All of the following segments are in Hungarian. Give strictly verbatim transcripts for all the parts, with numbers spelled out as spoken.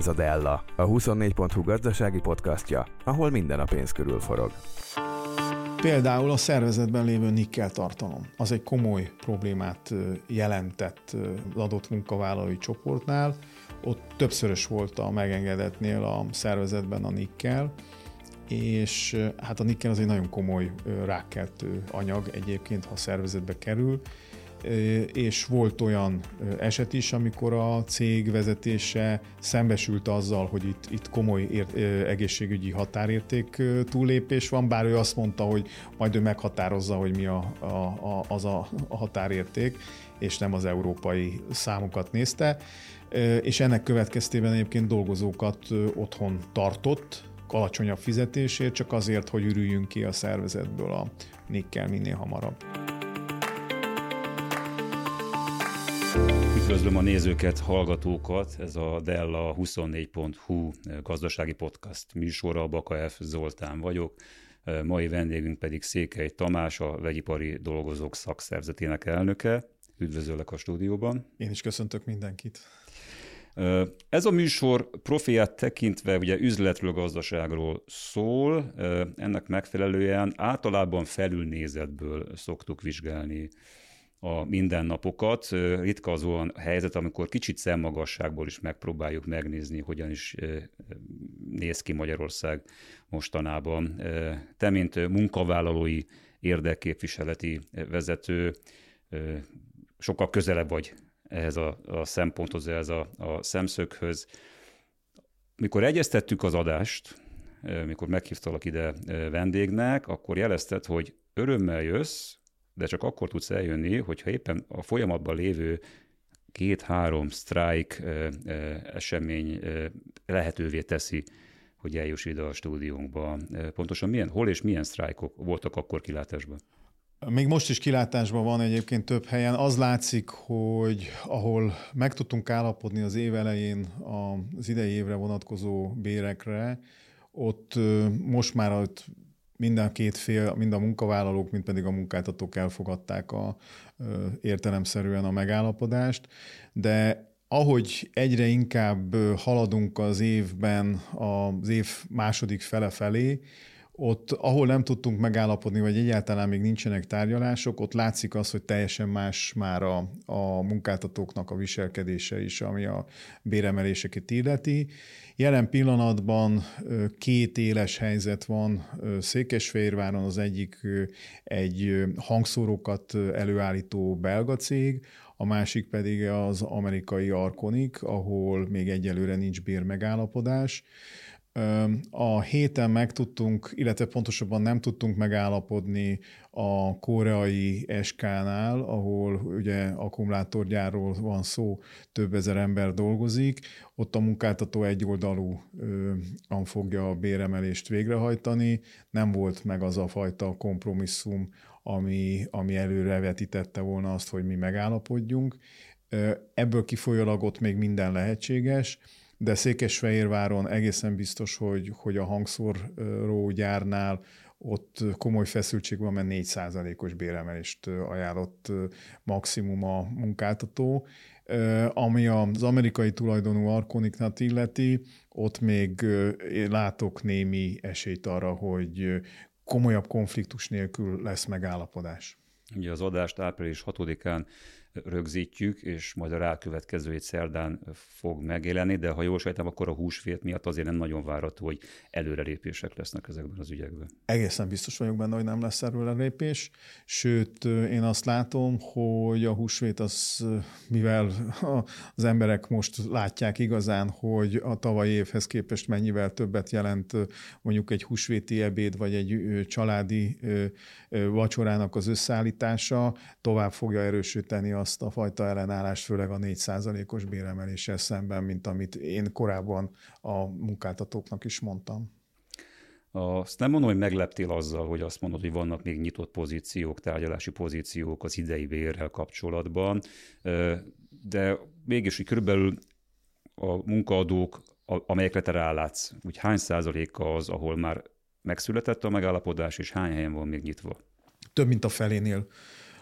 Ez a Della, a huszonnégy pont hu gazdasági podcastja, ahol minden a pénz körül forog. Például a szervezetben lévő nikkel tartalom. Az egy komoly problémát jelentett az adott munkavállalói csoportnál. Ott többszörös volt a megengedettnél a szervezetben a nikkel, és hát a nikkel az egy nagyon komoly rákkeltő anyag egyébként, ha a szervezetbe kerül, és volt olyan eset is, amikor a cég vezetése szembesült azzal, hogy itt, itt komoly ért, egészségügyi határérték túllépés van, bár ő azt mondta, hogy majd ő meghatározza, hogy mi a, a, a, az a, a határérték, és nem az európai számokat nézte, és ennek következtében egyébként dolgozókat otthon tartott, alacsonyabb fizetésért, csak azért, hogy ürüljünk ki a szervezetből a nikkel minél hamarabb. Üdvözlöm a nézőket, hallgatókat, ez a Della huszonnégy pont hu gazdasági podcast műsora, Baka F. Zoltán vagyok, mai vendégünk pedig Székely Tamás, a Vegyipari Dolgozók Szakszervezetének elnöke. Üdvözöllek a stúdióban. Én is köszöntök mindenkit. Ez a műsor profiát tekintve ugye üzletről, gazdaságról szól, ennek megfelelően általában felülnézetből szoktuk vizsgálni a mindennapokat. Ritka az olyan helyzet, amikor kicsit szemmagasságból is megpróbáljuk megnézni, hogyan is néz ki Magyarország mostanában. Te, mint munkavállalói érdekképviseleti vezető, sokkal közelebb vagy ehhez a, a szemponthoz, ehhez a, a szemszöghöz. Mikor egyeztettük az adást, mikor meghívtalak ide vendégnek, akkor jelezted, hogy örömmel jössz, de csak akkor tudsz eljönni, hogyha éppen a folyamatban lévő két-három sztrájk esemény lehetővé teszi, hogy eljuss ide a stúdiónkba. Pontosan milyen, hol és milyen sztrájkok voltak akkor kilátásban? Még most is kilátásban van egyébként több helyen. Az látszik, hogy ahol meg tudtunk állapodni az év elején az idei évre vonatkozó bérekre, ott most már ott minden két fél, mind a munkavállalók, mind pedig a munkáltatók elfogadták a, értelemszerűen a megállapodást, de ahogy egyre inkább haladunk az évben az év második fele felé, ott, ahol nem tudtunk megállapodni, vagy egyáltalán még nincsenek tárgyalások, ott látszik az, hogy teljesen más már a, a munkáltatóknak a viselkedése is, ami a béremeléseket illeti. Jelen pillanatban két éles helyzet van Székesfehérváron, az egyik egy hangszórókat előállító belga cég, a másik pedig az amerikai Arconic, ahol még egyelőre nincs bérmegállapodás. A héten megtudtunk, illetve pontosabban nem tudtunk megállapodni a koreai es ká-nál, ahol ugye akkumulátorgyárról van szó, több ezer ember dolgozik. Ott a munkáltató egyoldalúan fogja a béremelést végrehajtani. Nem volt meg az a fajta kompromisszum, ami, ami előre vetítette volna azt, hogy mi megállapodjunk. Ebből kifolyólag ott még minden lehetséges, de Székesfehérváron egészen biztos, hogy, hogy a hangszórógyárnál ott komoly feszültség van, mert négy százalékos béremelést ajánlott maximum a munkáltató. Ami az amerikai tulajdonú Arconicnat illeti, ott még látok némi esélyt arra, hogy komolyabb konfliktus nélkül lesz megállapodás. Ugye az adást április hatodikán rögzítjük, és majd a rákövetkező egy szerdán fog megjelenni, de ha jól sejtem, akkor a húsvét miatt azért nem nagyon várható, hogy előrelépések lesznek ezekben az ügyekben. Egészen biztos vagyok benne, hogy nem lesz előrelépés, sőt, én azt látom, hogy a húsvét az, mivel az emberek most látják igazán, hogy a tavalyi évhez képest mennyivel többet jelent mondjuk egy húsvéti ebéd, vagy egy családi vacsorának az összeállítása, tovább fogja erősíteni a azt a fajta ellenállást, főleg a négy százalékos béremeléssel szemben, mint amit én korábban a munkáltatóknak is mondtam. Azt nem mondom, hogy megleptél azzal, hogy azt mondod, hogy vannak még nyitott pozíciók, tárgyalási pozíciók az idei bérrel kapcsolatban, de mégis, hogy körülbelül a munkaadók, amelyekre te rálátsz, úgy hány százaléka az, ahol már megszületett a megállapodás, és hány helyen van még nyitva? Több mint a felénél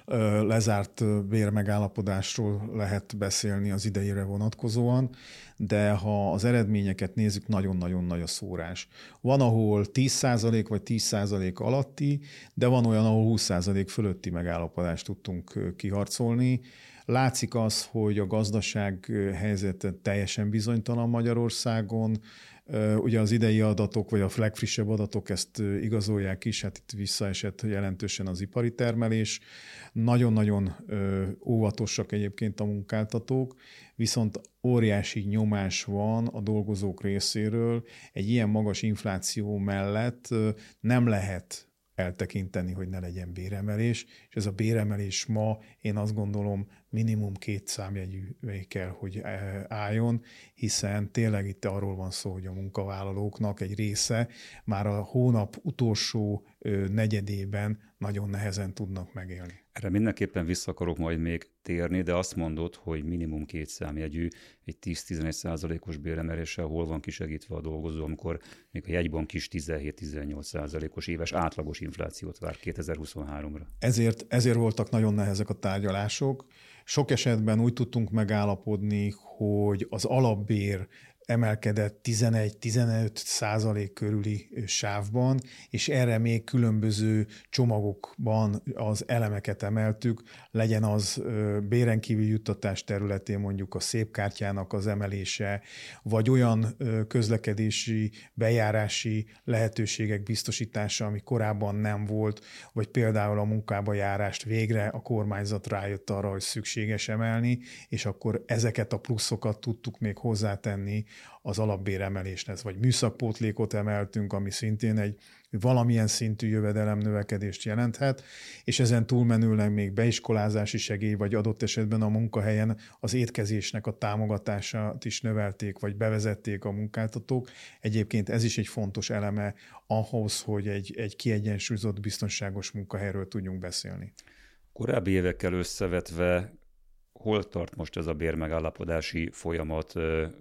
lezárt bérmegállapodásról lehet beszélni az idejére vonatkozóan, de ha az eredményeket nézzük, nagyon-nagyon nagy a szórás. Van, ahol tíz százalék vagy tíz százalék alatti, de van olyan, ahol húsz százalék fölötti megállapodást tudtunk kiharcolni. Látszik az, hogy a gazdaság helyzete teljesen bizonytalan Magyarországon. Ugye az idei adatok, vagy a legfrissebb adatok ezt igazolják is, hát itt visszaesett jelentősen az ipari termelés. Nagyon-nagyon óvatosak egyébként a munkáltatók, viszont óriási nyomás van a dolgozók részéről. Egy ilyen magas infláció mellett nem lehet eltekinteni, hogy ne legyen béremelés, és ez a béremelés ma, én azt gondolom, minimum két számjegyűvé kell, hogy álljon, hiszen tényleg itt arról van szó, hogy a munkavállalóknak egy része már a hónap utolsó negyedében nagyon nehezen tudnak megélni. Erre mindenképpen vissza akarok majd még térni, de azt mondod, hogy minimum két számjegyű, egy tíz-tizenegy százalékos béremeléssel hol van kisegítve a dolgozó, amikor még a jegybank is tizenhét-tizennyolc százalékos éves átlagos inflációt vár kétezer-huszonháromra. Ezért, ezért voltak nagyon nehezek a tárgyalások. Sok esetben úgy tudtunk megállapodni, hogy az alapbér emelkedett tizenegy-tizenöt százalék körüli sávban, és erre még különböző csomagokban az elemeket emeltük, legyen az béren kívüli juttatás területén mondjuk a szépkártyának az emelése, vagy olyan közlekedési, bejárási lehetőségek biztosítása, ami korábban nem volt, vagy például a munkába járást végre a kormányzat rájött arra, hogy szükséges emelni, és akkor ezeket a pluszokat tudtuk még hozzátenni az alapbéremeléshez, vagy műszakpótlékot emeltünk, ami szintén egy valamilyen szintű jövedelemnövekedést jelenthet, és ezen túlmenőleg még beiskolázási segély, vagy adott esetben a munkahelyen az étkezésnek a támogatását is növelték, vagy bevezették a munkáltatók. Egyébként ez is egy fontos eleme ahhoz, hogy egy, egy kiegyensúlyozott, biztonságos munkahelyről tudjunk beszélni. Korábbi évekkel összevetve hol tart most ez a bérmegállapodási folyamat?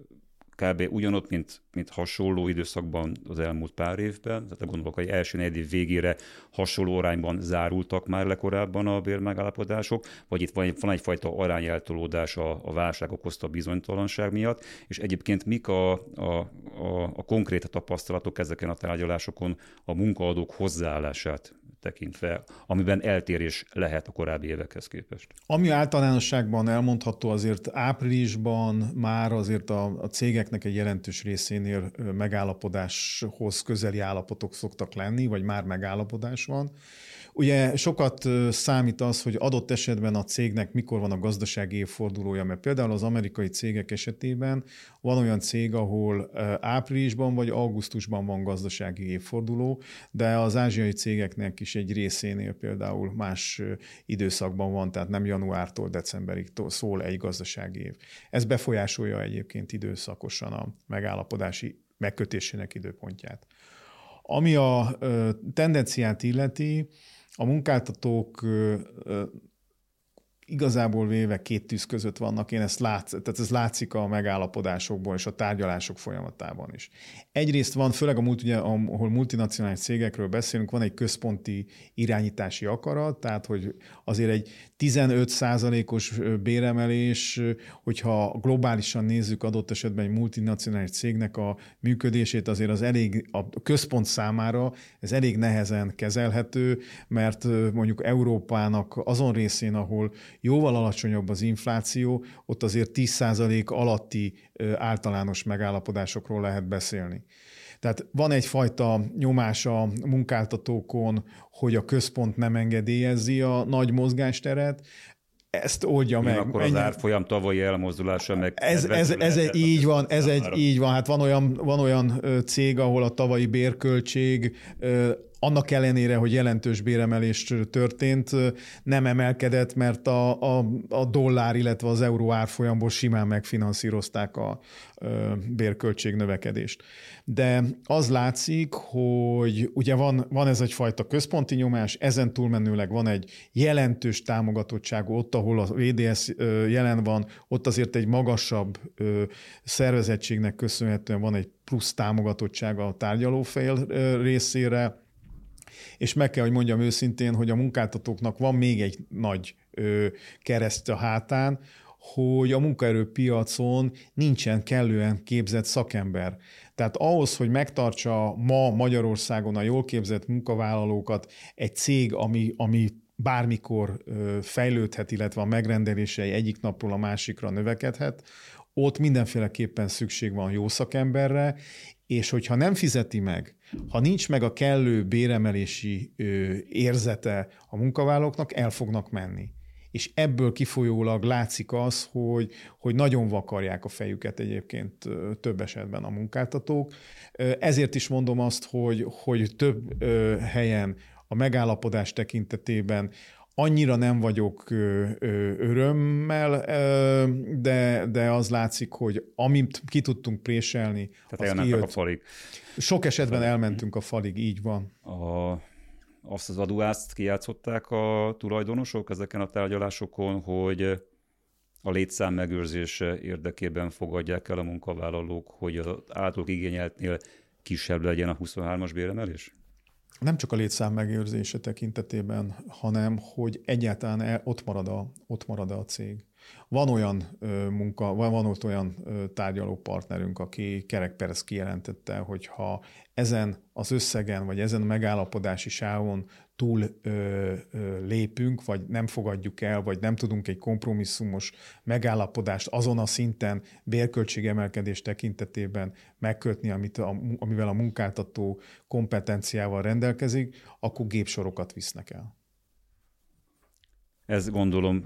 Kb. Ugyanott, mint, mint hasonló időszakban az elmúlt pár évben, tehát gondolok, hogy első negyed év végére hasonló arányban zárultak már le korábban a bérmegállapodások, vagy itt van, van egyfajta arányeltolódás a, a válság okozta bizonytalanság miatt, és egyébként mik a, a, a, a konkrét tapasztalatok ezeken a tárgyalásokon a munkaadók hozzáállását tekintve, amiben eltérés lehet a korábbi évekhez képest. Ami általánosságban elmondható, azért áprilisban már azért a, a cégeknek egy jelentős részénél megállapodáshoz közeli állapotok szoktak lenni, vagy már megállapodás van. Ugye sokat számít az, hogy adott esetben a cégnek mikor van a gazdasági évfordulója, mert például az amerikai cégek esetében van olyan cég, ahol áprilisban vagy augusztusban van gazdasági évforduló, de az ázsiai cégeknek is egy részénél például más időszakban van, tehát nem januártól decemberig szól egy gazdasági év. Ez befolyásolja egyébként időszakosan a megállapodási megkötésének időpontját. Ami a tendenciát illeti, a munkáltatók igazából véve két tűz között vannak, én ezt látsz, tehát ez látszik a megállapodásokból és a tárgyalások folyamatában is. Egyrészt van, főleg a multi, ugye, ahol multinacionális cégekről beszélünk, van egy központi irányítási akarat, tehát hogy azért egy tizenöt százalékos béremelés, hogyha globálisan nézzük adott esetben egy multinacionális cégnek a működését, azért az elég, a központ számára ez elég nehezen kezelhető, mert mondjuk Európának azon részén, ahol jóval alacsonyabb az infláció, ott azért tíz százalék alatti általános megállapodásokról lehet beszélni. Tehát van egyfajta nyomás a munkáltatókon, hogy a központ nem engedélyezi a nagy mozgásteret, ezt oldja Igen, meg. Akkor az árfolyam tavalyi elmozdulása meg... Ez, ez, ez egy, így van, ez egy, így van. Hát van olyan, van olyan cég, ahol a tavalyi bérköltség annak ellenére, hogy jelentős béremelés történt, nem emelkedett, mert a, a, a dollár, illetve az euró árfolyamból simán megfinanszírozták a bérköltség növekedést. De az látszik, hogy ugye van, van ez egyfajta központi nyomás, ezen túlmenőleg van egy jelentős támogatottság ott, ahol a vé dé es jelen van, ott azért egy magasabb szervezettségnek köszönhetően van egy plusz támogatottság a tárgyalófél részére, És meg kell, hogy mondjam őszintén, hogy a munkáltatóknak van még egy nagy ö, kereszt a hátán, hogy a munkaerőpiacon nincsen kellően képzett szakember. Tehát ahhoz, hogy megtartsa ma Magyarországon a jól képzett munkavállalókat egy cég, ami, ami bármikor ö, fejlődhet, illetve a megrendelései egyik napról a másikra növekedhet, ott mindenféleképpen szükség van jó szakemberre, és hogyha nem fizeti meg, ha nincs meg a kellő béremelési ö, érzete a munkavállalóknak, el fognak menni. És ebből kifolyólag látszik az, hogy, hogy nagyon vakarják a fejüket egyébként több esetben a munkáltatók. Ezért is mondom azt, hogy, hogy több helyen a megállapodás tekintetében annyira nem vagyok örömmel, de, de az látszik, hogy amit ki tudtunk préselni, tehát az kijött. A falig. Sok esetben elmentünk a falig, így van. A, azt az aduászt kijátszották a tulajdonosok ezeken a tárgyalásokon, hogy a létszám megőrzése érdekében fogadják el a munkavállalók, hogy az általuk igényeltnél kisebb legyen a huszonhármas béremelés? Nem csak a létszám megőrzése tekintetében, hanem hogy egyáltalán el, ott, marad a, ott marad a cég. Van olyan ö, munka, van ott olyan ö, tárgyaló partnerünk, aki kerekperec kijelentette, hogy ha ezen az összegen, vagy ezen a megállapodási sávon túl ö, ö, lépünk, vagy nem fogadjuk el, vagy nem tudunk egy kompromisszumos megállapodást azon a szinten bérköltségemelkedés tekintetében megkötni, amit a, amivel a munkáltató kompetenciával rendelkezik, akkor gépsorokat visznek el. Ez gondolom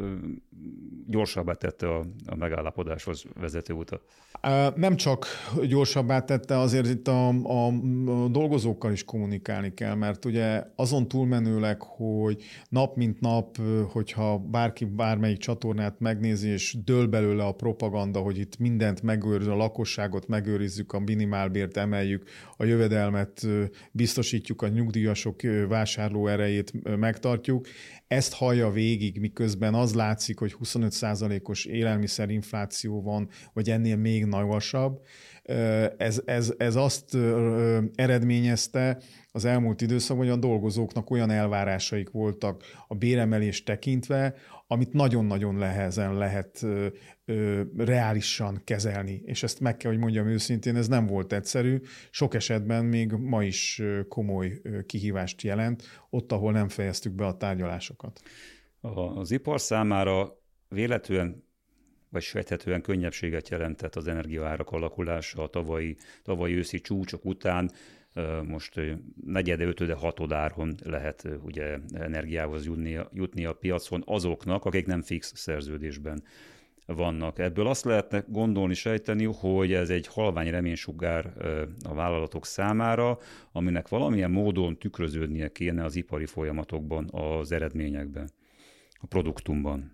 gyorsabbá tette a, a megállapodáshoz vezető utat. Nem csak gyorsabbá tette, azért itt a, a, a dolgozókkal is kommunikálni kell, mert ugye azon túlmenőleg, hogy nap mint nap, hogyha bárki bármelyik csatornát megnézi, és dől belőle a propaganda, hogy itt mindent megőriz, a lakosságot megőrizzük, a minimálbért emeljük, a jövedelmet biztosítjuk, a nyugdíjasok vásárlóerejét megtartjuk, ezt hallja végig, miközben az látszik, hogy huszonöt százalékos élelmiszerinfláció van, vagy ennél még magasabb. Ez, ez, ez azt eredményezte az elmúlt időszakban, hogy a dolgozóknak olyan elvárásaik voltak a béremelést tekintve, amit nagyon-nagyon nehezen lehet ö, ö, reálisan kezelni. És ezt meg kell, hogy mondjam őszintén, ez nem volt egyszerű. Sok esetben még ma is komoly kihívást jelent, ott, ahol nem fejeztük be a tárgyalásokat. Az ipar számára véletlenül vagy sejthetően könnyebbséget jelentett az energiaárak alakulása a tavalyi, tavalyi őszi csúcsok után. Most negyede, ötöde, hatodáron lehet ugye energiához jutni, jutni a piacon azoknak, akik nem fix szerződésben vannak. Ebből azt lehetne gondolni, sejteni, hogy ez egy halvány reménysugár a vállalatok számára, aminek valamilyen módon tükröződnie kéne az ipari folyamatokban, az eredményekben, a produktumban.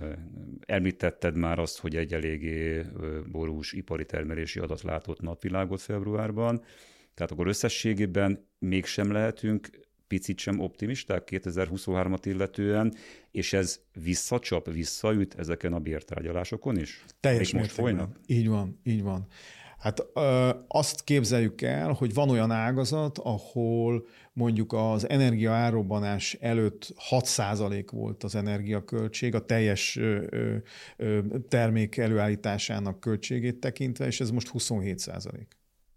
Említetted már azt, hogy egy eléggé borús ipari termelési adat látott napvilágot februárban, tehát akkor összességében mégsem lehetünk picit sem optimisták kétezer-huszonhármat illetően, és ez visszacsap, visszaüt ezeken a bértárgyalásokon is? Teljes mértékben. Így van, így van. Hát ö, azt képzeljük el, hogy van olyan ágazat, ahol mondjuk az energia árrobbanás előtt hat százalék volt az energiaköltség, a teljes ö, ö, termék előállításának költségét tekintve, és ez most huszonhét százalék.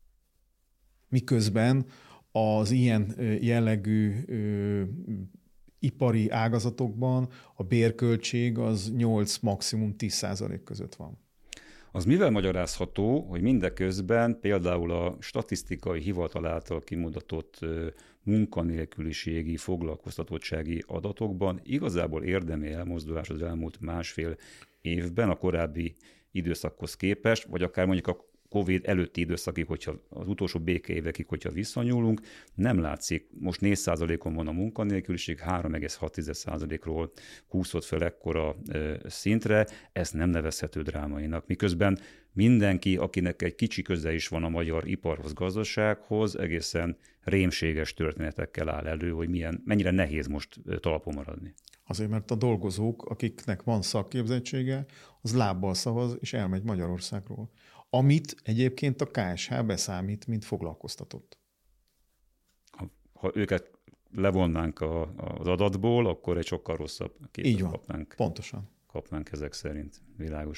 Miközben az ilyen jellegű ö, ipari ágazatokban a bérköltség az nyolc, maximum tíz százalék között van. Az mivel magyarázható, hogy mindeközben például a statisztikai hivatal által kimutatott munkanélküliségi, foglalkoztatottsági adatokban igazából érdemi elmozdulás az elmúlt másfél évben a korábbi időszakhoz képest, vagy akár mondjuk a Covid előtti időszakig, hogyha az utolsó békeévekig, hogyha visszanyúlunk, nem látszik. Most négy százalékon van a munkanélküliség, három egész hat százalékról húszott fel ekkora szintre, ez nem nevezhető drámainak. Miközben mindenki, akinek egy kicsi köze is van a magyar iparhoz, gazdasághoz, egészen rémséges történetekkel áll elő, hogy milyen, mennyire nehéz most talpon maradni. Azért, mert a dolgozók, akiknek van szakképzettsége, az lábbal szavaz, és elmegy Magyarországról. Amit egyébként a ká es há beszámít, mint foglalkoztatott. Ha, ha őket levonnánk a, az adatból, akkor egy sokkal rosszabb képet Így van. kapnánk. Pontosan. Kapnánk ezek szerint. Világos.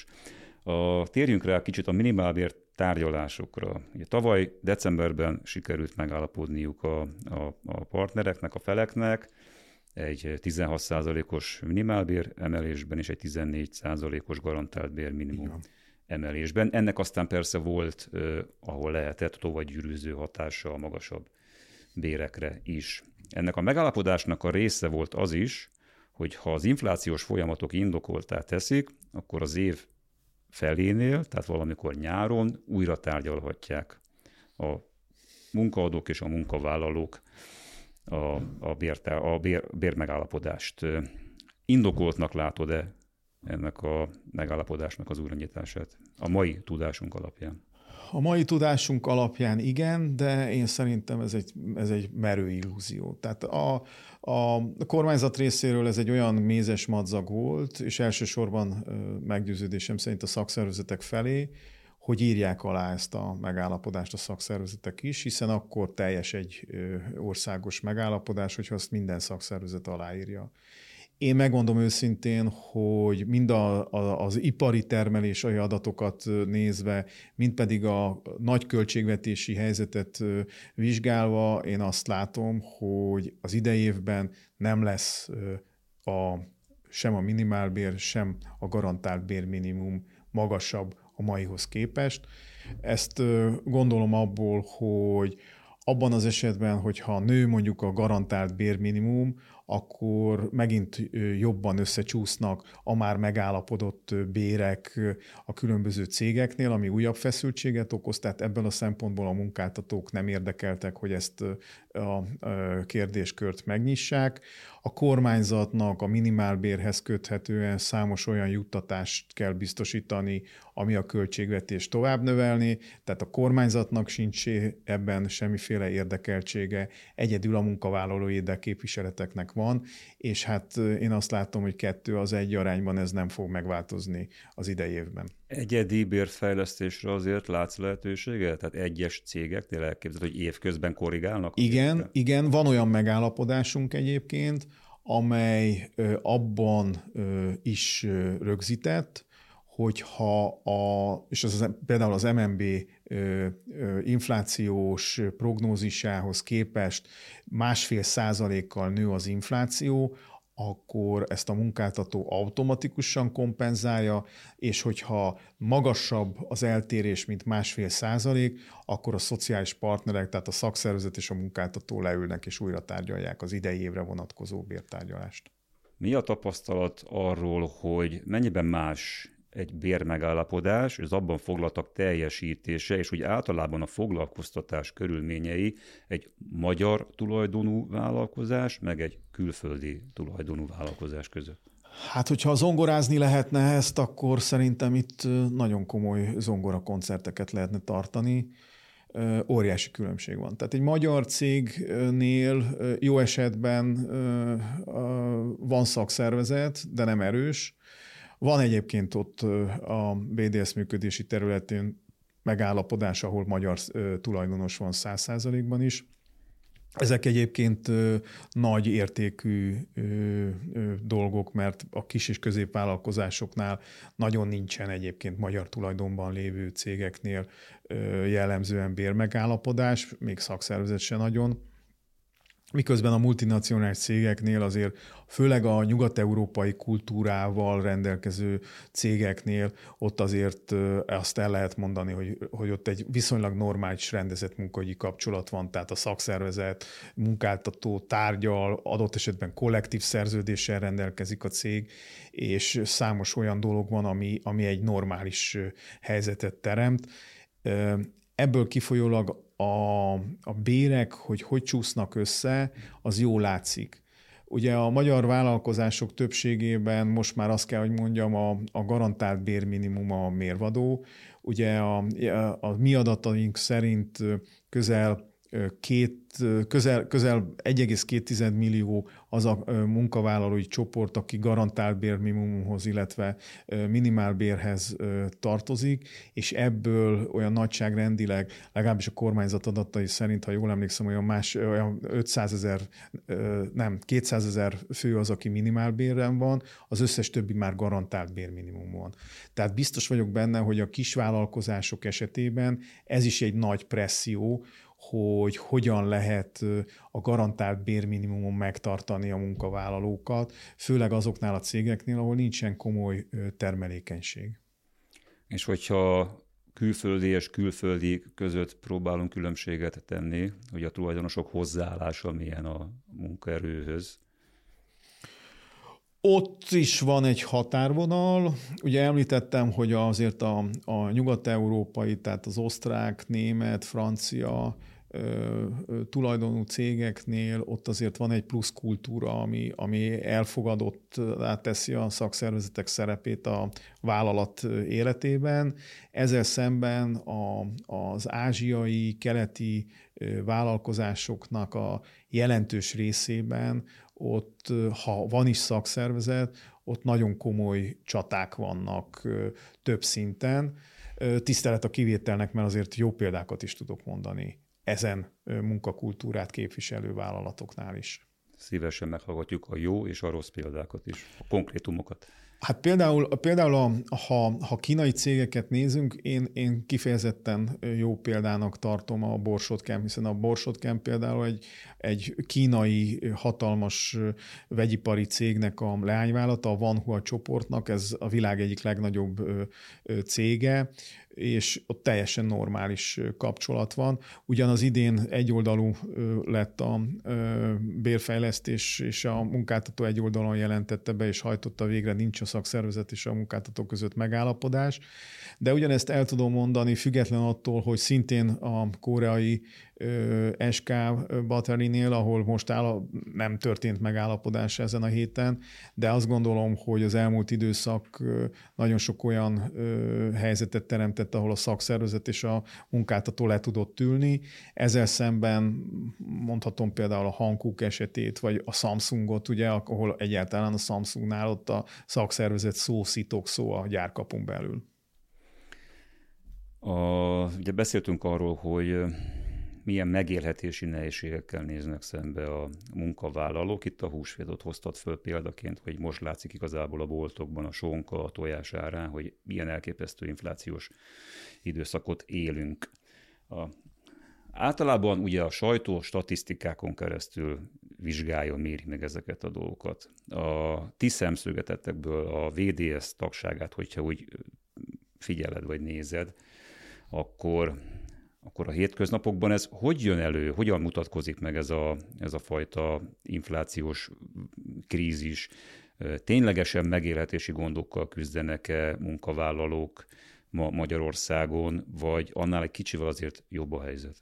A, térjünk rá kicsit a minimálbér tárgyalásokra. Ugye, tavaly decemberben sikerült megállapodniuk a, a, a partnereknek, a feleknek egy tizenhat százalékos minimálbér emelésben és egy tizennégy százalékos garantált bérminimum emelésben. Ennek aztán persze volt, eh, ahol lehetett, tovagyűrűző hatása a magasabb bérekre is. Ennek a megállapodásnak a része volt az is, hogy ha az inflációs folyamatok indokoltá teszik, akkor az év felénél, tehát valamikor nyáron újra tárgyalhatják a munkaadók és a munkavállalók a, a, bértár, a bér, bérmegállapodást. Indokoltnak látod-e ennek a megállapodásnak az újranyitását a mai tudásunk alapján? A mai tudásunk alapján igen, de én szerintem ez egy, ez egy merő illúzió. Tehát a, a kormányzat részéről ez egy olyan mézes madzag volt, és elsősorban meggyőződésem szerint a szakszervezetek felé, hogy írják alá ezt a megállapodást a szakszervezetek is, hiszen akkor teljes egy országos megállapodás, hogyha azt minden szakszervezet aláírja. Én megmondom őszintén, hogy mind a, a, az ipari termelési adatokat nézve, mind pedig a nagy költségvetési helyzetet vizsgálva, én azt látom, hogy az idei évben nem lesz a, sem a minimálbér, sem a garantált bérminimum magasabb a maihoz képest. Ezt gondolom abból, hogy abban az esetben, hogyha nő mondjuk a garantált bérminimum, akkor megint jobban összecsúsznak a már megállapodott bérek a különböző cégeknél, ami újabb feszültséget okoz, tehát ebből a szempontból a munkáltatók nem érdekeltek, hogy ezt a kérdéskört megnyissák. A kormányzatnak a minimálbérhez köthetően számos olyan juttatást kell biztosítani, ami a költségvetést tovább növelni, tehát a kormányzatnak sincs ebben semmiféle érdekeltsége, egyedül a munkavállaló érdekképviseleteknek van, és hát én azt látom, hogy kettő az egy arányban ez nem fog megváltozni az idei évben. Egyedi bérfejlesztésre azért látsz lehetőséget? Tehát egyes cégeknél elképzelhető, hogy évközben korrigálnak? Igen, igen, van olyan megállapodásunk egyébként, amely abban is rögzített, hogyha a, és az, például az em en bé ö, ö, inflációs prognózisához képest másfél százalékkal nő az infláció, akkor ezt a munkáltató automatikusan kompenzálja, és hogyha magasabb az eltérés, mint másfél százalék, akkor a szociális partnerek, tehát a szakszervezet és a munkáltató leülnek és újra tárgyalják az idei évre vonatkozó bértárgyalást. Mi a tapasztalat arról, hogy mennyiben más egy bérmegállapodás, az abban foglaltak teljesítése, és úgy általában a foglalkoztatás körülményei egy magyar tulajdonú vállalkozás, meg egy külföldi tulajdonú vállalkozás között? Hát, hogyha zongorázni lehetne ezt, akkor szerintem itt nagyon komoly zongorakoncerteket lehetne tartani. Óriási különbség van. Tehát egy magyar cégnél jó esetben van szakszervezet, de nem erős. Van egyébként ott a bé dé es működési területén megállapodás, ahol magyar tulajdonos van száz százalékban is. Ezek egyébként nagy értékű dolgok, mert a kis és középvállalkozásoknál nagyon nincsen egyébként magyar tulajdonban lévő cégeknél jellemzően bérmegállapodás, még szakszervezet se nagyon. Miközben a multinacionális cégeknél azért, főleg a nyugat-európai kultúrával rendelkező cégeknél ott azért azt el lehet mondani, hogy, hogy ott egy viszonylag normális rendezett munkahogyi kapcsolat van, tehát a szakszervezet, munkáltató tárgyal, adott esetben kollektív szerződéssel rendelkezik a cég, és számos olyan dolog van, ami, ami egy normális helyzetet teremt. Ebből kifolyólag a, a bérek, hogy hogy csúsznak össze, az jól látszik. Ugye a magyar vállalkozások többségében most már azt kell, hogy mondjam, a, a garantált bérminimum a mérvadó. Ugye a, a, a mi adataink szerint közel két, közel, közel egy egész két millió az a munkavállalói csoport, aki garantált bérminimumhoz, illetve minimálbérhez tartozik, és ebből olyan nagyságrendileg, legalábbis a kormányzat adatai szerint, ha jól emlékszem, olyan, más, olyan ötszázezer, nem, kétszázezer fő az, aki minimálbéren van, az összes többi már garantált bérminimum van. Tehát biztos vagyok benne, hogy a kisvállalkozások esetében ez is egy nagy presszió, hogy hogyan lehet a garantált bérminimumon megtartani a munkavállalókat, főleg azoknál a cégeknél, ahol nincsen komoly termelékenység. És hogyha külföldi és külföldi között próbálunk különbséget tenni, hogy a tulajdonosok hozzáállása milyen a munkaerőhöz? Ott is van egy határvonal. Ugye említettem, hogy azért a, a nyugat-európai, tehát az osztrák, német, francia ö, ö, tulajdonú cégeknél ott azért van egy plusz kultúra, ami, ami elfogadottá teszi a szakszervezetek szerepét a vállalat életében. Ezzel szemben a, az ázsiai, keleti vállalkozásoknak a jelentős részében ott, ha van is szakszervezet, ott nagyon komoly csaták vannak több szinten. Tisztelet a kivételnek, mert azért jó példákat is tudok mondani ezen munkakultúrát képviselő vállalatoknál is. Szívesen meghallgatjuk a jó és a rossz példákat is, a konkrétumokat. Hát például, például a, ha, ha kínai cégeket nézünk, én, én kifejezetten jó példának tartom a Borsod-Kem, hiszen a Borsod-Kem például egy, egy kínai hatalmas vegyipari cégnek a leányvállalata, a Wanhua csoportnak, ez a világ egyik legnagyobb cége, és ott teljesen normális kapcsolat van. Ugyanaz idén egyoldalú lett a bérfejlesztés, és a munkáltató egy oldalon jelentette be, és hajtotta végre, nincs a szakszervezet és a munkáltató között megállapodás. De ugyanezt el tudom mondani, független attól, hogy szintén a koreai es ká Battery-nél, ahol most áll, nem történt megállapodás ezen a héten, de azt gondolom, hogy az elmúlt időszak nagyon sok olyan helyzetet teremtett, ahol a szakszervezet és a munkáltató le tudott ülni. Ezzel szemben mondhatom például a Hankook esetét, vagy a Samsungot, ugye, ahol egyáltalán a Samsungnál ott a szakszervezet szó szitok szó a gyárkapun belül. A, ugye beszéltünk arról, hogy milyen megélhetési nehézségekkel néznek szembe a munkavállalók. Itt a húsvétot hoztad föl példaként, hogy most látszik igazából a boltokban a sonka, a tojás árán, hogy milyen elképesztő inflációs időszakot élünk. A, általában ugye a sajtó statisztikákon keresztül vizsgálja, méri meg ezeket a dolgokat. A ti szemszögetetekből a vé dé es tagságát, hogyha úgy figyeled vagy nézed, akkor, akkor a hétköznapokban ez hogy jön elő, hogyan mutatkozik meg ez a, ez a fajta inflációs krízis? Ténylegesen megélhetési gondokkal küzdenek-e munkavállalók ma Magyarországon, vagy annál egy kicsivel azért jobb a helyzet?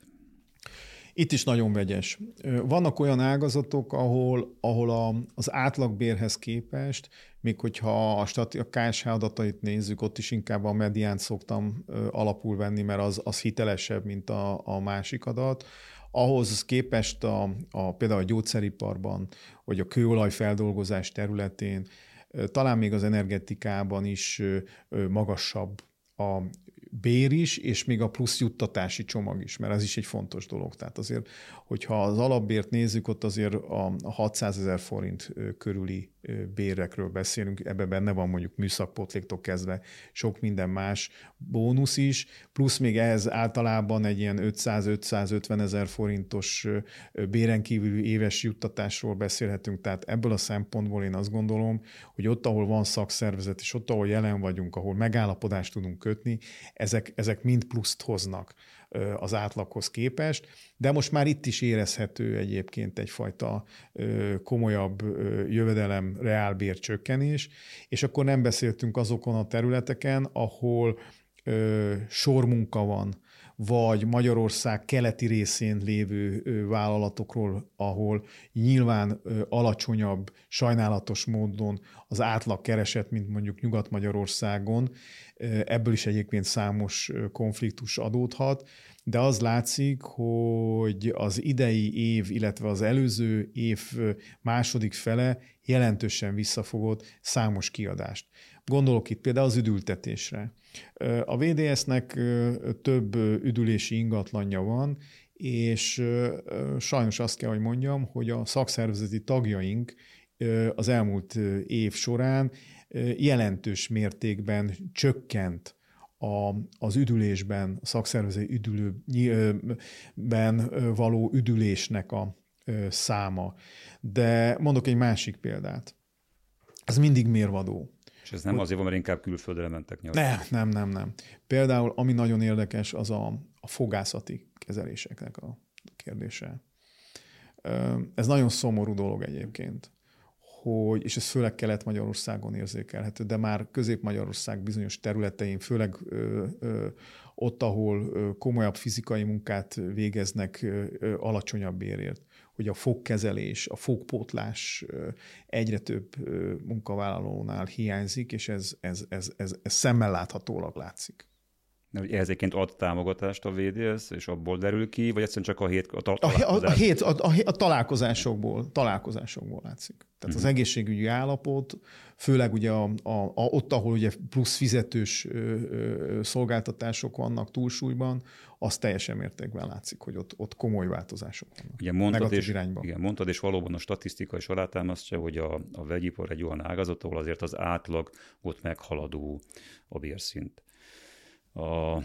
Itt is nagyon vegyes. Vannak olyan ágazatok, ahol, ahol a, az átlagbérhez képest, még hogyha a, stati- a ká es há adatait nézzük, ott is inkább a mediánt szoktam ö, alapul venni, mert az, az hitelesebb, mint a, a másik adat. Ahhoz képest a, a, például a gyógyszeriparban, vagy a kőolajfeldolgozás területén, ö, talán még az energetikában is ö, ö, magasabb a bér is, és még a plusz juttatási csomag is, mert ez is egy fontos dolog. Tehát azért, hogyha az alapbért nézzük, ott azért a hatszázezer forint körüli bérekről beszélünk, ebben benne van mondjuk műszakpótléktól kezdve sok minden más bónusz is, plusz még ehhez általában egy ilyen ötszáz-ötszázötven ezer forintos béren kívüli éves juttatásról beszélhetünk, tehát ebből a szempontból én azt gondolom, hogy ott, ahol van szakszervezet, és ott, ahol jelen vagyunk, ahol megállapodást tudunk kötni, ezek, ezek mind pluszt hoznak az átlaghoz képest, de most már itt is érezhető egyébként egyfajta komolyabb jövedelem reálbér csökkenés, és akkor nem beszéltünk azokon a területeken, ahol sormunka van, vagy Magyarország keleti részén lévő vállalatokról, ahol nyilván alacsonyabb, sajnálatos módon az átlag kereset, mint mondjuk Nyugat-Magyarországon. Ebből is egyébként számos konfliktus adódhat, de az látszik, hogy az idei év, illetve az előző év második fele jelentősen visszafogott számos kiadást. Gondolok itt például az üdültetésre. A vé dé es-nek több üdülési ingatlanja van, és sajnos azt kell, hogy mondjam, hogy a szakszervezeti tagjaink az elmúlt év során jelentős mértékben csökkent a, az üdülésben, a szakszervezeti üdülőben való üdülésnek a száma. De mondok egy másik példát. Ez mindig mérvadó. És ez nem azért van, mert inkább külföldre mentek nyaralni. Nem, nem, nem, nem. Például, ami nagyon érdekes, az a, a fogászati kezeléseknek a kérdése. Ez nagyon szomorú dolog egyébként, hogy, és ez főleg Kelet-Magyarországon érzékelhető, de már Közép-Magyarország bizonyos területein, főleg ö, ö, ott, ahol ö, komolyabb fizikai munkát végeznek ö, ö, alacsonyabb bérért, hogy a fogkezelés, a fogpótlás ö, egyre több ö, munkavállalónál hiányzik, és ez, ez, ez, ez, ez szemmel láthatólag látszik. Ehhez egyébként ad támogatást a vé dé es, és abból derül ki, vagy egyszerűen csak a hét a, a, a, a, hét, a, a, a találkozásokból, találkozásokból látszik. Tehát uh-huh. az egészségügyi állapot, főleg ugye a, a, a, ott, ahol ugye plusz fizetős ö, ö, szolgáltatások vannak túlsúlyban, az teljesen mértékben látszik, hogy ott, ott komoly változások vannak. Ugye mondtad, és, igen, mondtad, és valóban a statisztika is alátámasztja, hogy a, a vegyipar egy olyan ágazat, ahol azért az átlag ott meghaladó a bérszint. A,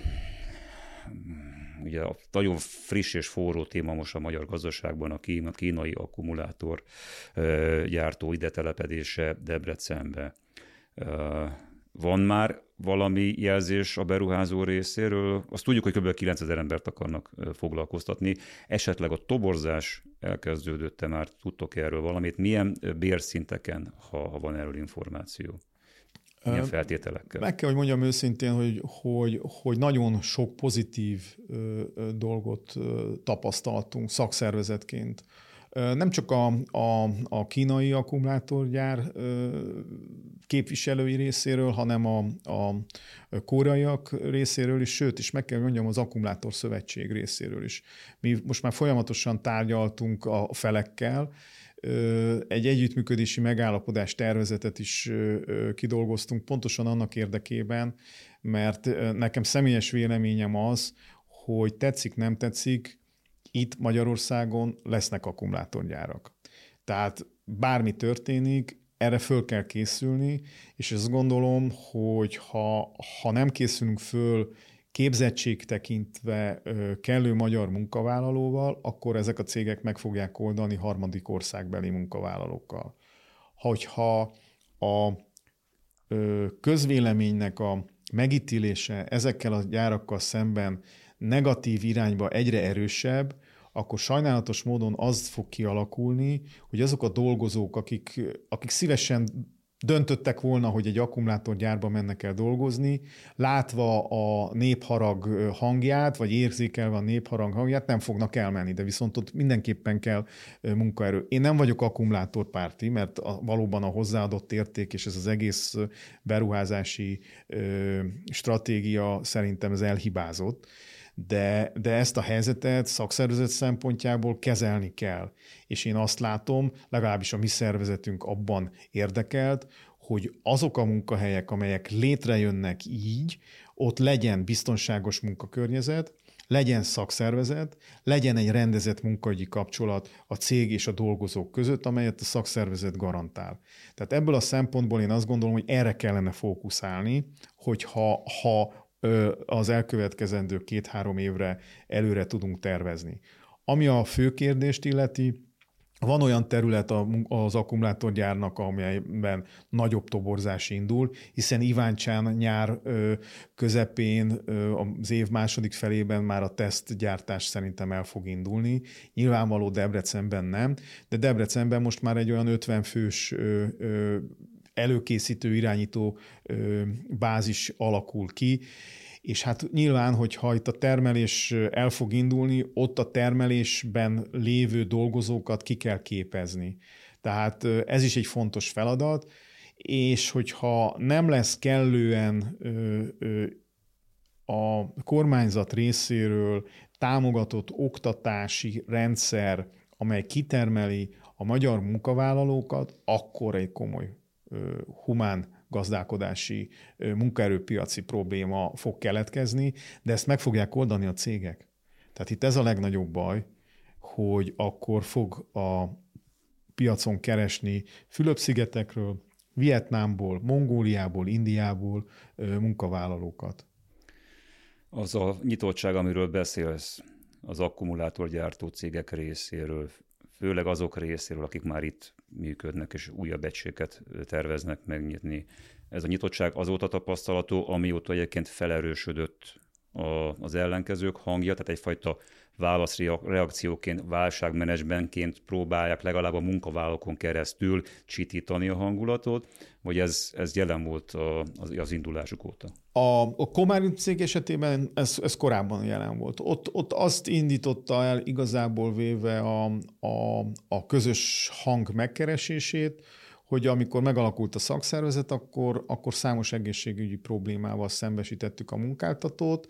ugye a nagyon friss és forró téma most a magyar gazdaságban a, kín, a kínai akkumulátor e, gyártó ide telepedése Debrecenbe. E, van már valami jelzés a beruházó részéről? Azt tudjuk, hogy kb. kilencezer embert akarnak foglalkoztatni. Esetleg a toborzás elkezdődött-e már, tudtok erről valamit? Milyen bérszinteken, ha, ha van erről információ? Milyen feltételekkel? Meg kell, hogy mondjam őszintén, hogy, hogy, hogy nagyon sok pozitív ö, ö, dolgot ö, tapasztaltunk szakszervezetként. Ö, nem csak a, a, a kínai akkumulátorgyár ö, képviselői részéről, hanem a, a koreaiak részéről is, sőt, és meg kell, hogy mondjam, az Akkumulátor Szövetség részéről is. Mi most már folyamatosan tárgyaltunk a felekkel, egy együttműködési megállapodás tervezetet is kidolgoztunk pontosan annak érdekében, mert nekem személyes véleményem az, hogy tetszik, nem tetszik, itt Magyarországon lesznek akkumulátorgyárak. Tehát bármi történik, erre föl kell készülni, és azt gondolom, hogy ha, ha nem készülünk föl képzettség tekintve kellő magyar munkavállalóval, akkor ezek a cégek meg fogják oldani harmadik országbeli munkavállalókkal. Hogyha a közvéleménynek a megítélése ezekkel a gyárakkal szemben negatív irányba egyre erősebb, akkor sajnálatos módon az fog kialakulni, hogy azok a dolgozók, akik, akik szívesen döntöttek volna, hogy egy akkumulátorgyárba mennek el dolgozni, látva a népharag hangját, vagy érzékelve a népharag hangját, nem fognak elmenni, de viszont ott mindenképpen kell munkaerő. Én nem vagyok akkumulátorpárti, mert a, valóban a hozzáadott érték és ez az egész beruházási ö, stratégia szerintem ez elhibázott, de, de ezt a helyzetet szakszervezet szempontjából kezelni kell. És én azt látom, legalábbis a mi szervezetünk abban érdekelt, hogy azok a munkahelyek, amelyek létrejönnek így, ott legyen biztonságos munkakörnyezet, legyen szakszervezet, legyen egy rendezett munkaügyi kapcsolat a cég és a dolgozók között, amelyet a szakszervezet garantál. Tehát ebből a szempontból én azt gondolom, hogy erre kellene fókuszálni, hogy ha, ha az elkövetkezendő két-három évre előre tudunk tervezni. Ami a fő kérdést illeti, van olyan terület az akkumulátorgyárnak, amelyben nagyobb toborzás indul, hiszen Iváncsán nyár közepén, az év második felében már a tesztgyártás szerintem el fog indulni. Nyilvánvaló Debrecenben nem, de Debrecenben most már egy olyan ötven fős előkészítő, irányító bázis alakul ki, és hát nyilván, hogyha itt a termelés el fog indulni, ott a termelésben lévő dolgozókat ki kell képezni. Tehát ez is egy fontos feladat, és hogyha nem lesz kellően a kormányzat részéről támogatott oktatási rendszer, amely kitermeli a magyar munkavállalókat, akkor egy komoly humán gazdálkodási munkaerőpiaci probléma fog keletkezni, de ezt meg fogják oldani a cégek. Tehát itt ez a legnagyobb baj, hogy akkor fog a piacon keresni Fülöp-szigetekről, Vietnámból, Mongóliából, Indiából munkavállalókat. Az a nyitottság, amiről beszélsz, az akkumulátorgyártó cégek részéről, főleg azok részéről, akik már itt működnek, és újabb egységet terveznek megnyitni. Ez a nyitottság azóta tapasztalható, amióta egyébként felerősödött a, az ellenkezők hangja, tehát egyfajta válaszreakcióként, válságmenedzsmentként próbálják legalább a munkavállalókon keresztül csitítani a hangulatot, vagy ez, ez jelen volt az, az indulásuk óta? A, a Komári cég esetében ez, ez korábban jelen volt. Ott, ott azt indította el igazából véve a, a, a közös hang megkeresését, hogy amikor megalakult a szakszervezet, akkor, akkor számos egészségügyi problémával szembesítettük a munkáltatót.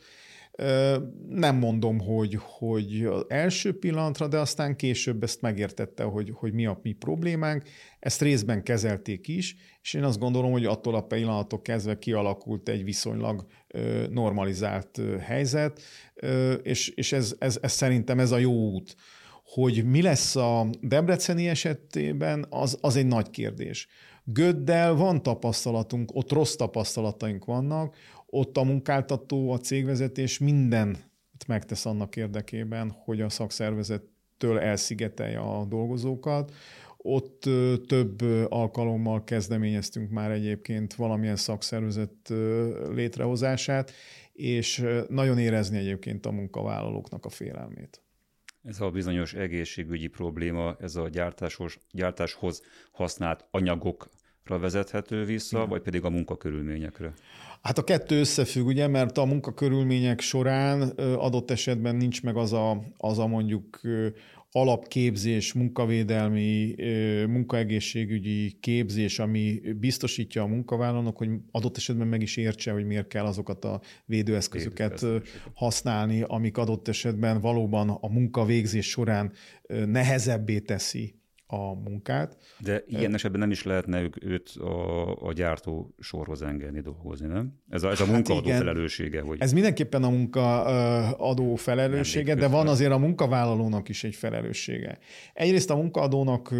Nem mondom, hogy, hogy az első pillanatra, de aztán később ezt megértette, hogy, hogy mi a mi problémánk. Ezt részben kezelték is, és én azt gondolom, hogy attól a pillanattól kezdve kialakult egy viszonylag normalizált helyzet, és, és ez, ez, ez szerintem ez a jó út. Hogy mi lesz a debreceni esetében, az, az egy nagy kérdés. Göddel van tapasztalatunk, ott rossz tapasztalataink vannak, ott a munkáltató, a cégvezetés mindent megtesz annak érdekében, hogy a szakszervezettől elszigetelje a dolgozókat. Ott több alkalommal kezdeményeztünk már egyébként valamilyen szakszervezet létrehozását, és nagyon érezni egyébként a munkavállalóknak a félelmét. Ez a bizonyos egészségügyi probléma, ez a gyártáshoz, gyártáshoz használt anyagokra vezethető vissza, igen, vagy pedig a munkakörülményekre? Hát a kettő összefügg, ugye, mert a munkakörülmények során adott esetben nincs meg az a, az a mondjuk alapképzés, munkavédelmi, munkaegészségügyi képzés, ami biztosítja a munkavállalónak, hogy adott esetben meg is értse, hogy miért kell azokat a védőeszközöket használni, amik adott esetben valóban a munkavégzés során nehezebbé teszi a munkát. De ilyen esetben nem is lehetne őt a, a gyártó sorhoz engedni dolgozni, nem? Ez a, ez a hát munkaadó igen, felelőssége. Hogy... Ez mindenképpen a munkaadó felelőssége, de van azért a munkavállalónak is egy felelőssége. Egyrészt a munkaadónak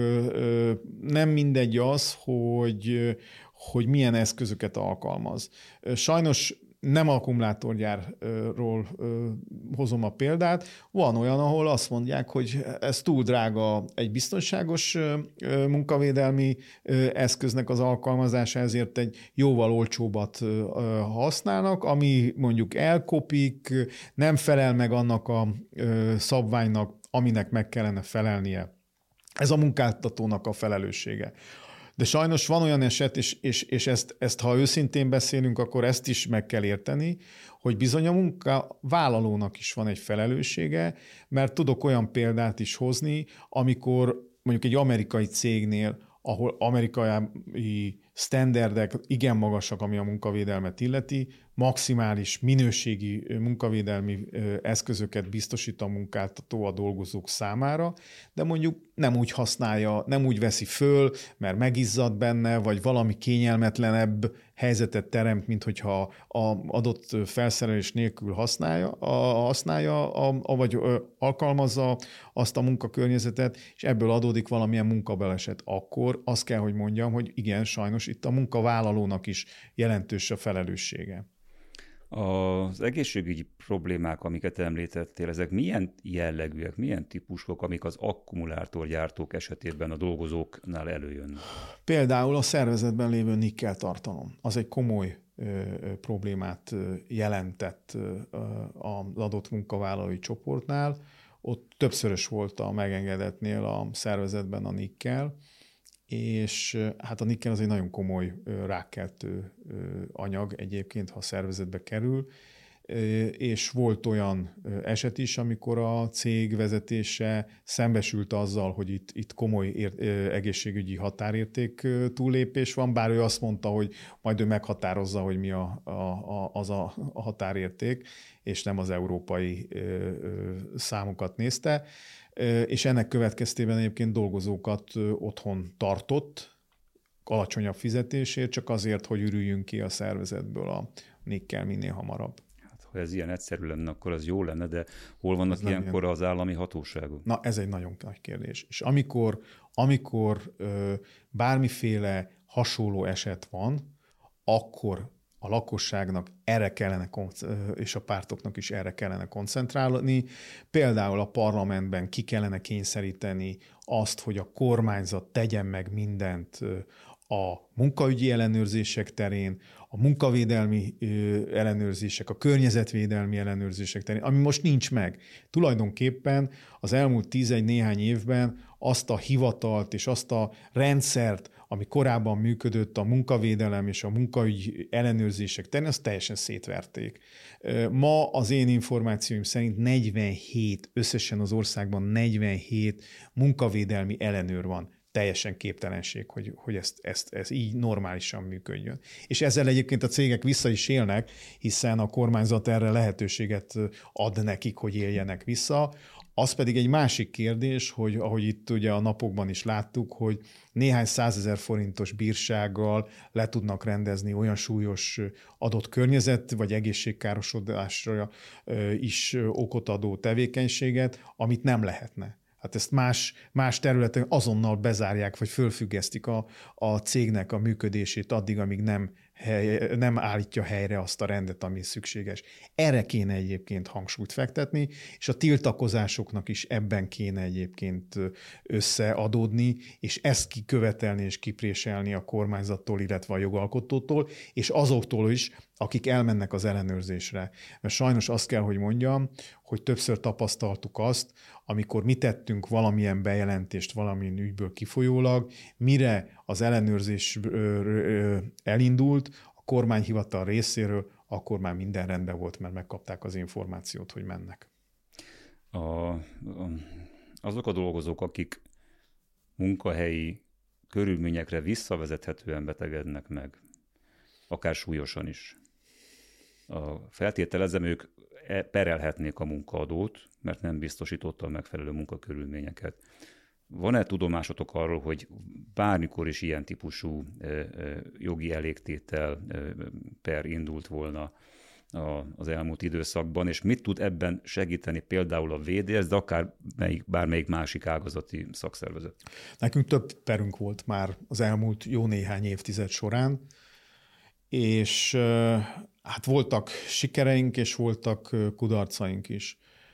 nem mindegy az, hogy, hogy milyen eszközöket alkalmaz. Sajnos nem akkumulátorgyárról hozom a példát. Van olyan, ahol azt mondják, hogy ez túl drága egy biztonságos munkavédelmi eszköznek az alkalmazása, ezért egy jóval olcsóbbat használnak, ami mondjuk elkopik, nem felel meg annak a szabványnak, aminek meg kellene felelnie. Ez a munkáltatónak a felelőssége. De sajnos van olyan eset, és, és, és ezt, ezt ha őszintén beszélünk, akkor ezt is meg kell érteni, hogy bizony a munkavállalónak is van egy felelőssége, mert tudok olyan példát is hozni, amikor mondjuk egy amerikai cégnél, ahol amerikai sztenderdek igen magasak, ami a munkavédelmet illeti, maximális minőségi munkavédelmi eszközöket biztosít a munkáltató a dolgozók számára, de mondjuk nem úgy használja, nem úgy veszi föl, mert megizzad benne, vagy valami kényelmetlenebb helyzetet teremt, mint hogyha a adott felszerelés nélkül használja, a, használja a, a, vagy alkalmazza azt a munkakörnyezetet, és ebből adódik valamilyen munkabaleset. Akkor azt kell, hogy mondjam, hogy igen, sajnos itt a munkavállalónak is jelentős a felelőssége. Az egészségügyi problémák, amiket említettél, ezek milyen jellegűek, milyen típusok, amik az akkumulátorgyártók esetében a dolgozóknál előjönnek? Például a szervezetben lévő nikkel tartalom. Az egy komoly ö, ö, problémát jelentett ö, az adott munkavállalói csoportnál. Ott többszörös volt a megengedetnél a szervezetben a nikkel, és hát a nikkel az egy nagyon komoly rákkeltő anyag egyébként, ha a szervezetbe kerül. és volt olyan eset is, amikor a cég vezetése szembesült azzal, hogy itt, itt komoly ér, egészségügyi határérték túllépés van, bár ő azt mondta, hogy majd ő meghatározza, hogy mi a, a, a, az a, a határérték, és nem az európai számokat nézte, és ennek következtében egyébként dolgozókat otthon tartott, alacsonyabb fizetésért, csak azért, hogy ürüljünk ki a szervezetből a nikkel minél hamarabb. Hát, ha ez ilyen egyszerű lenne, akkor az jó lenne, de hol vannak ez ilyenkor ilyen... az állami hatóságok? Na, ez egy nagyon nagy kérdés. És amikor, amikor ö, bármiféle hasonló eset van, akkor a lakosságnak erre kellene, és a pártoknak is erre kellene koncentrálni. Például a parlamentben ki kellene kényszeríteni azt, hogy a kormányzat tegyen meg mindent a munkaügyi ellenőrzések terén, a munkavédelmi ellenőrzések, a környezetvédelmi ellenőrzések terén, ami most nincs meg. Tulajdonképpen az elmúlt tizegy néhány évben azt a hivatalt és azt a rendszert, ami korábban működött a munkavédelem és a munkaügyi ellenőrzések terén, azt teljesen szétverték. Ma az én információim szerint negyvenhét, összesen az országban negyvenhét munkavédelmi ellenőr van. Teljesen képtelenség, hogy, hogy ezt, ezt, ez így normálisan működjön. És ezzel egyébként a cégek vissza is élnek, hiszen a kormányzat erre lehetőséget ad nekik, hogy éljenek vissza. Az pedig egy másik kérdés, hogy ahogy itt ugye a napokban is láttuk, hogy néhány százezer forintos bírsággal le tudnak rendezni olyan súlyos adott környezet vagy egészségkárosodásra is okot adó tevékenységet, amit nem lehetne. Hát ezt más, más területen azonnal bezárják, vagy fölfüggesztik a, a cégnek a működését addig, amíg nem, hely, nem állítja helyre azt a rendet, ami szükséges. Erre kéne egyébként hangsúlyt fektetni, és a tiltakozásoknak is ebben kéne egyébként összeadódni, és ezt kikövetelni és kipréselni a kormányzattól, illetve a jogalkotótól, és azoktól is, akik elmennek az ellenőrzésre. Mert sajnos azt kell, hogy mondjam, hogy többször tapasztaltuk azt, amikor mi tettünk valamilyen bejelentést valamilyen ügyből kifolyólag, mire az ellenőrzés elindult a kormányhivatal részéről, akkor már minden rendben volt, mert megkapták az információt, hogy mennek. A, a, azok a dolgozók, akik munkahelyi körülményekre visszavezethetően betegednek meg, akár súlyosan is. A feltételezem, ők perelhetnék a munkaadót, mert nem biztosította a megfelelő munkakörülményeket. Van-e tudomásotok arról, hogy bármikor is ilyen típusú jogi elégtétel per indult volna az elmúlt időszakban, és mit tud ebben segíteni például a vé dé es, de akár melyik, bármelyik másik ágazati szakszervezet? Nekünk több perünk volt már az elmúlt jó néhány évtized során, és hát voltak sikereink, és voltak kudarcaink is.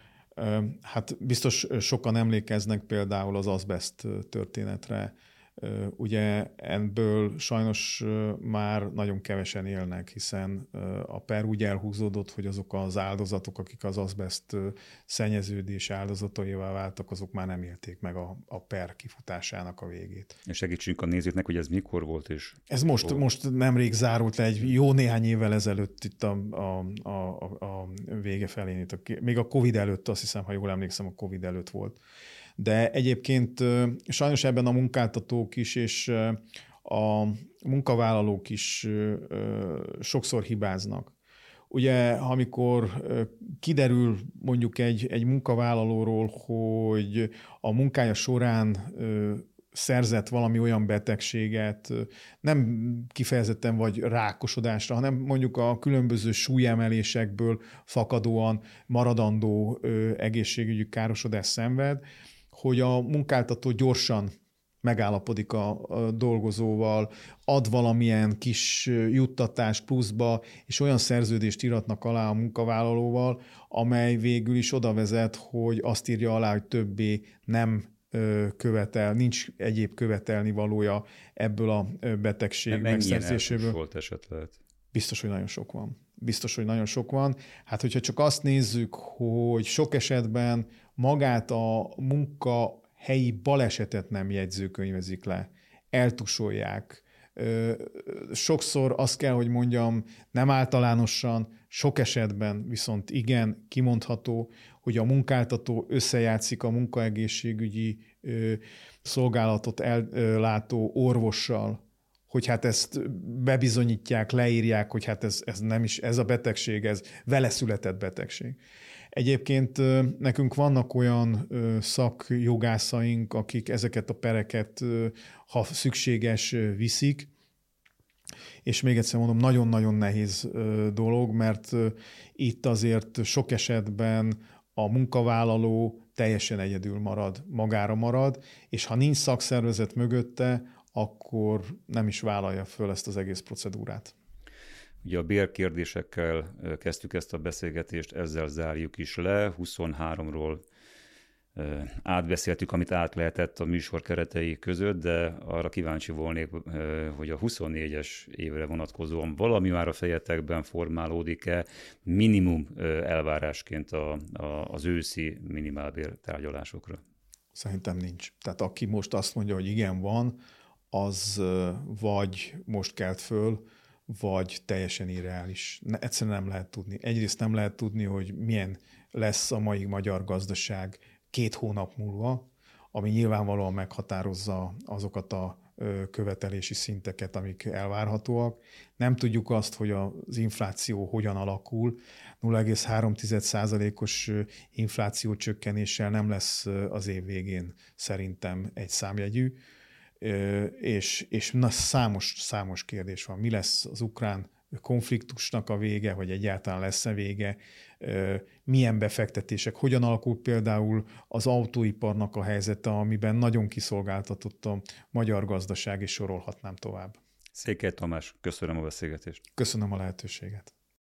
Hát biztos sokan emlékeznek például az azbest történetre. Ugye ebből sajnos már nagyon kevesen élnek, hiszen a per úgy elhúzódott, hogy azok az áldozatok, akik az azbest szennyeződés áldozataivá váltak, azok már nem élték meg a, a per kifutásának a végét. És segítsünk a nézőknek, hogy ez mikor volt és... Ez most, most nemrég zárult le, egy jó néhány évvel ezelőtt itt a, a, a, a vége felén. Itt a, még a Covid előtt, azt hiszem, ha jól emlékszem, a Covid előtt volt. De egyébként sajnos ebben a munkáltatók is, és a munkavállalók is sokszor hibáznak. Ugye, amikor kiderül mondjuk egy, egy munkavállalóról, hogy a munkája során szerzett valami olyan betegséget, nem kifejezetten vagy rákosodásra, hanem mondjuk a különböző súlyemelésekből fakadóan maradandó egészségügyi károsodást szenved, hogy a munkáltató gyorsan megállapodik a, a dolgozóval, ad valamilyen kis juttatást pluszba, és olyan szerződést íratnak alá a munkavállalóval, amely végül is oda vezet, hogy azt írja alá, hogy többé nem követel, nincs egyéb követelni valója ebből a betegség megszerzéséből. Volt eset lehet? Biztos, hogy nagyon sok van. Biztos, hogy nagyon sok van. Hát, hogyha csak azt nézzük, hogy sok esetben magát a munkahelyi balesetet nem jegyzőkönyvezik le, eltusolják, Sokszor azt kell, hogy mondjam, nem általánosan, sok esetben viszont igen, kimondható, hogy a munkáltató összejátszik a munkaegészségügyi szolgálatot ellátó orvossal, hogy hát ezt bebizonyítják, leírják, hogy hát ez, ez nem is, ez a betegség, ez vele született betegség. Egyébként nekünk vannak olyan szakjogászaink, akik ezeket a pereket, ha szükséges, viszik, és még egyszer mondom, nagyon-nagyon nehéz dolog, mert itt azért sok esetben a munkavállaló teljesen egyedül marad, magára marad, és ha nincs szakszervezet mögötte, akkor nem is vállalja föl ezt az egész procedúrát. Ugye a bérkérdésekkel kezdtük ezt a beszélgetést, ezzel zárjuk is le. huszonháromról átbeszéltük, amit át lehetett a műsor keretei között, de arra kíváncsi volnék, hogy a huszonnégyes évre vonatkozóan valami már a fejetekben formálódik-e minimum elvárásként a, a, az őszi minimálbér tárgyalásokra? Szerintem nincs. Tehát aki most azt mondja, hogy igen, van, az vagy most kelt föl, vagy teljesen irreális. Ne, egyszerűen nem lehet tudni. Egyrészt nem lehet tudni, hogy milyen lesz a mai magyar gazdaság két hónap múlva, ami nyilvánvalóan meghatározza azokat a követelési szinteket, amik elvárhatóak. Nem tudjuk azt, hogy az infláció hogyan alakul. nulla egész három százalékos infláció csökkenéssel nem lesz az év végén szerintem egy számjegyű. És, és na, számos, számos kérdés van. Mi lesz az ukrán konfliktusnak a vége, vagy egyáltalán lesz-e vége? Milyen befektetések? Hogyan alakul például az autóiparnak a helyzete, amiben nagyon kiszolgáltatott a magyar gazdaság, és sorolhatnám tovább. Székely Tamás, köszönöm a beszélgetést. Köszönöm a lehetőséget.